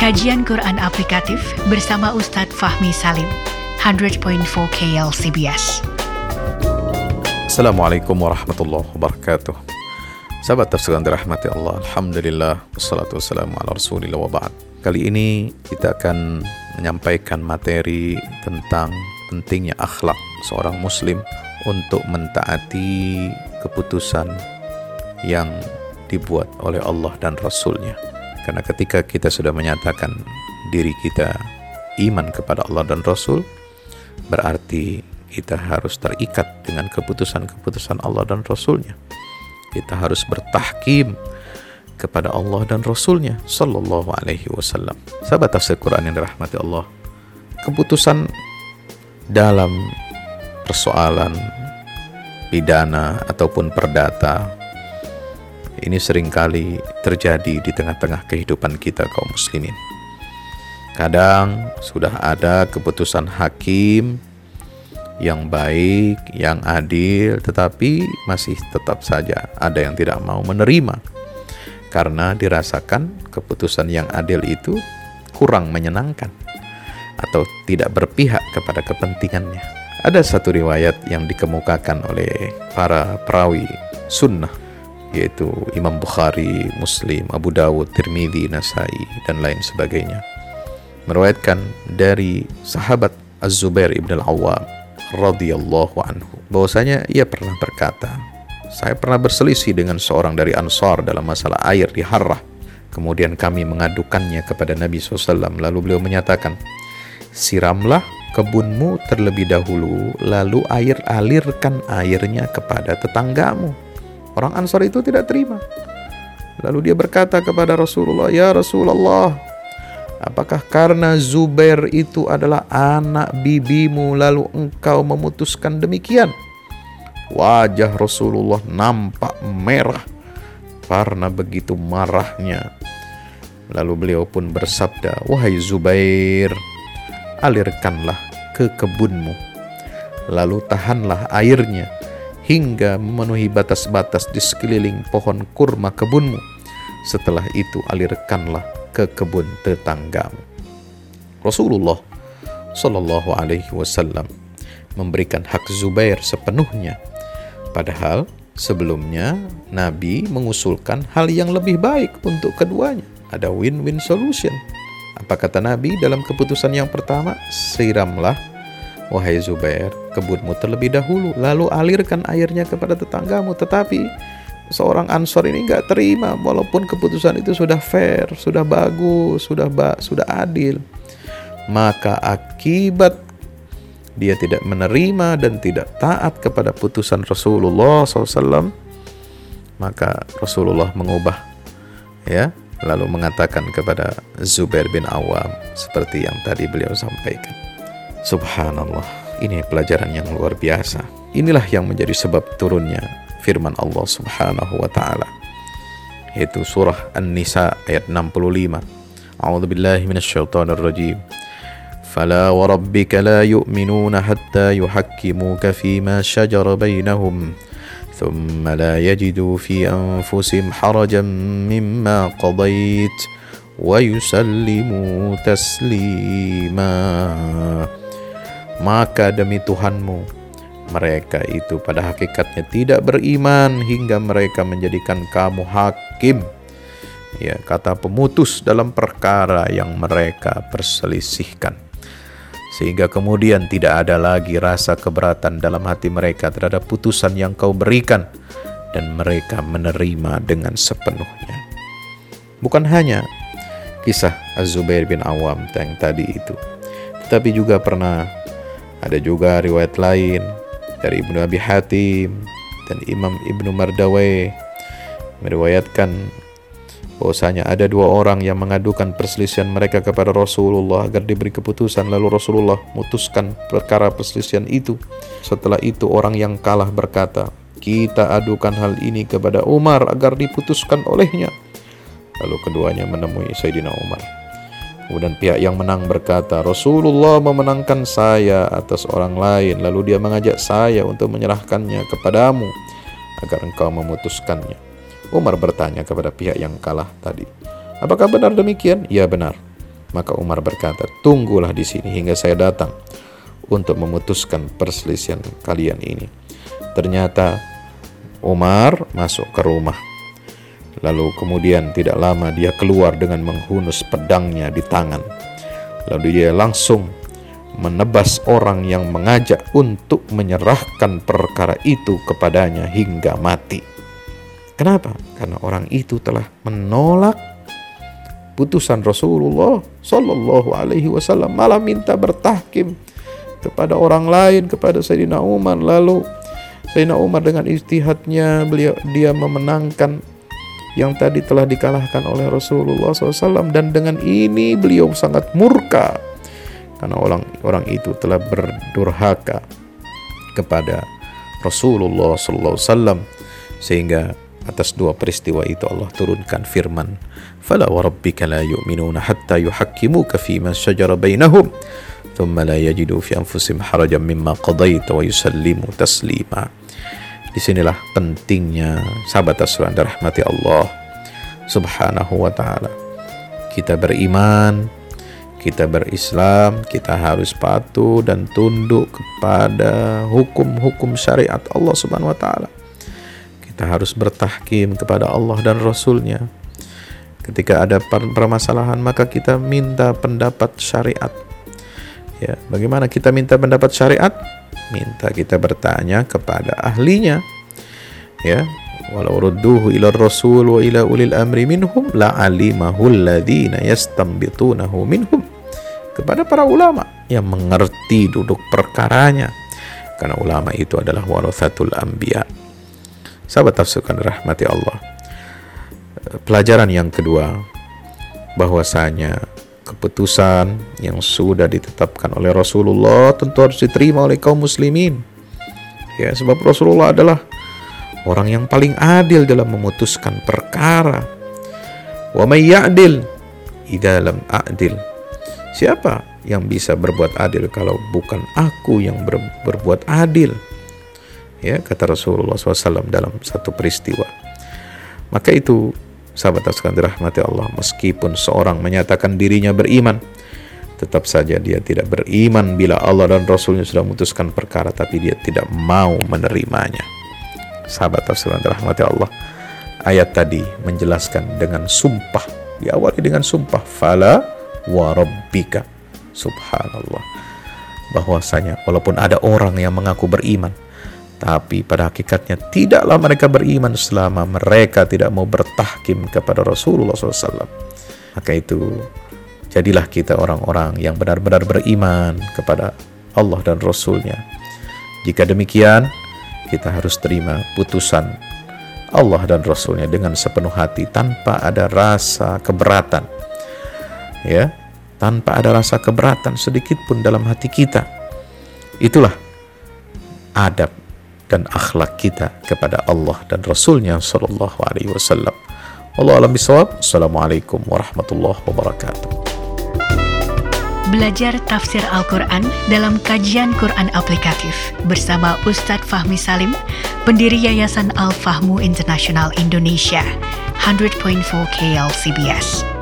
Kajian Quran Aplikatif bersama Ustadz Fahmi Salim, 100.4 KLCBS. Assalamualaikum warahmatullahi wabarakatuh. Sahabat tafsir yang dirahmati Allah, alhamdulillah, wassalatu wassalamu ala rasulillah wa ba'd. Kali ini kita akan menyampaikan materi tentang pentingnya akhlak seorang muslim untuk mentaati keputusan yang dibuat oleh Allah dan Rasulnya. Karena ketika kita sudah menyatakan diri kita iman kepada Allah dan Rasul, berarti kita harus terikat dengan keputusan-keputusan Allah dan Rasulnya. Kita harus bertahkim kepada Allah dan Rasulnya Sallallahu Alaihi Wasallam. Sahabat tafsir Quran yang dirahmati Allah, keputusan dalam persoalan pidana ataupun perdata ini seringkali terjadi di tengah-tengah kehidupan kita kaum muslimin. Kadang sudah ada keputusan hakim yang baik, yang adil, tetapi masih tetap saja ada yang tidak mau menerima karena dirasakan keputusan yang adil itu kurang menyenangkan atau tidak berpihak kepada kepentingannya. Ada satu riwayat yang dikemukakan oleh para perawi sunnah, yaitu Imam Bukhari, Muslim, Abu Dawud, Tirmidzi, Nasai, dan lain sebagainya, meriwayatkan dari sahabat Az-Zubair ibn al-Awwam radhiyallahu anhu bahwasanya ia pernah berkata, saya pernah berselisih dengan seorang dari Ansar dalam masalah air di Harrah. Kemudian kami mengadukannya kepada Nabi SAW. Lalu beliau menyatakan, siramlah kebunmu terlebih dahulu, lalu alirkan airnya kepada tetanggamu. Orang Ansar itu tidak terima. Lalu dia berkata kepada Rasulullah, ya Rasulullah, apakah karena Zubair itu adalah anak bibimu lalu engkau memutuskan demikian? Wajah Rasulullah nampak merah karena begitu marahnya. Lalu beliau pun bersabda, wahai Zubair, alirkanlah ke kebunmu, lalu tahanlah airnya hingga memenuhi batas-batas di sekeliling pohon kurma kebunmu. Setelah itu alirkanlah ke kebun tetanggamu. Rasulullah Sallallahu Alaihi Wasallam memberikan hak Zubair sepenuhnya. Padahal sebelumnya Nabi mengusulkan hal yang lebih baik untuk keduanya. Ada win-win solution. Apa kata Nabi dalam keputusan yang pertama? Siramlah, wahai Zubair, kebunmu terlebih dahulu, lalu alirkan airnya kepada tetanggamu. Tetapi seorang Ansar ini gak terima, walaupun keputusan itu sudah fair, sudah bagus, sudah adil. Maka akibat dia tidak menerima dan tidak taat kepada putusan Rasulullah SAW, maka Rasulullah mengubah, lalu mengatakan kepada Zubair bin Awam seperti yang tadi beliau sampaikan. Subhanallah, ini pelajaran yang luar biasa. Inilah yang menjadi sebab turunnya firman Allah Subhanahu wa ta'ala, yaitu surah An-Nisa ayat 65. A'udzubillahi minasyaitonir rajim. Fala wa rabbika la yu'minuna hatta yuhakkimuka fima shajara bainahum thumma la yajidu fi anfusihim harajan mimma qadait wa yusallimu taslima. Maka demi Tuhanmu, mereka itu pada hakikatnya tidak beriman hingga mereka menjadikan kamu hakim, kata pemutus dalam perkara yang mereka perselisihkan, sehingga kemudian tidak ada lagi rasa keberatan dalam hati mereka terhadap putusan yang kau berikan, dan mereka menerima dengan sepenuhnya. Bukan hanya kisah Az-Zubair bin Awam yang tadi itu, tetapi juga ada juga riwayat lain dari Ibnu Abi Hatim dan Imam Ibnu Mardawai meriwayatkan bahwasanya ada dua orang yang mengadukan perselisihan mereka kepada Rasulullah agar diberi keputusan. Lalu Rasulullah memutuskan perkara perselisihan itu. Setelah itu orang yang kalah berkata, kita adukan hal ini kepada Umar agar diputuskan olehnya. Lalu keduanya menemui Sayyidina Umar. Kemudian pihak yang menang berkata, Rasulullah memenangkan saya atas orang lain, lalu dia mengajak saya untuk menyerahkannya kepadamu agar engkau memutuskannya. Umar bertanya kepada pihak yang kalah tadi, apakah benar demikian? Ya benar. Maka Umar berkata, tunggulah di sini hingga saya datang untuk memutuskan perselisihan kalian ini. Ternyata Umar masuk ke rumah. Lalu kemudian tidak lama dia keluar dengan menghunus pedangnya di tangan. Lalu dia langsung menebas orang yang mengajak untuk menyerahkan perkara itu kepadanya hingga mati. Kenapa? Karena orang itu telah menolak putusan Rasulullah Sallallahu Alaihi Wasallam, malah minta bertahkim kepada orang lain, kepada Sayyidina Umar. Lalu Sayyidina Umar dengan ijtihadnya dia memenangkan yang tadi telah dikalahkan oleh Rasulullah SAW, dan dengan ini beliau sangat murka karena orang itu telah berdurhaka kepada Rasulullah SAW. Sehingga atas dua peristiwa itu Allah turunkan firman, "Fala wa rabbika la yu'minuna hatta yuhakkimuka fima shajara bainahum, thumma la yajidu fi anfusihim harajan mimma qadaita wa yusallimu taslima." Disinilah pentingnya sahabat Rasulullah dirahmati Allah Subhanahu wa ta'ala. Kita beriman, kita berislam, kita harus patuh dan tunduk kepada hukum-hukum syariat Allah Subhanahu wa ta'ala. Kita harus bertahkim kepada Allah dan Rasulnya. Ketika ada permasalahan, maka kita minta pendapat syariat. Ya, bagaimana kita minta pendapat syariat? Minta kita bertanya kepada ahlinya. Ya, walau rudduhu ila rasul wa ila ulil amri minhum la alimahu alladhina yastanbitunahu minhum. Kepada para ulama yang mengerti duduk perkaranya. Karena ulama itu adalah warathatul anbiya. Sahabat tafsirkan rahmati Allah. Pelajaran yang kedua, bahwasanya keputusan yang sudah ditetapkan oleh Rasulullah tentu harus diterima oleh kaum muslimin. Ya, sebab Rasulullah adalah orang yang paling adil dalam memutuskan perkara. Wa may ya'dil idza lam a'dil. Siapa yang bisa berbuat adil kalau bukan aku yang berbuat adil? Ya, kata Rasulullah SAW dalam satu peristiwa. Maka itu, sahabat sekalian dirahmati Allah, meskipun seorang menyatakan dirinya beriman, tetap saja dia tidak beriman bila Allah dan Rasulnya sudah memutuskan perkara, tapi dia tidak mau menerimanya. Sahabat sekalian dirahmati Allah, ayat tadi menjelaskan dengan sumpah, diawali dengan sumpah, fala wa rabbika, subhanallah, bahwasanya walaupun ada orang yang mengaku beriman, tapi pada hakikatnya tidaklah mereka beriman selama mereka tidak mau bertahkim kepada Rasulullah SAW. Maka itu, jadilah kita orang-orang yang benar-benar beriman kepada Allah dan Rasulnya. Jika demikian, kita harus terima putusan Allah dan Rasulnya dengan sepenuh hati, tanpa ada rasa keberatan. Ya, tanpa ada rasa keberatan sedikit pun dalam hati kita. Itulah adab dan akhlak kita kepada Allah dan Rasulnya Sallallahu Alaihi Wasallam. Wallahu a'lam bishawab. Assalamualaikum warahmatullahi wabarakatuh. Belajar tafsir Al-Quran dalam kajian Quran aplikatif bersama Ustadz Fahmi Salim, pendiri Yayasan Al-Fahmu International Indonesia, 100.4 KL CBS.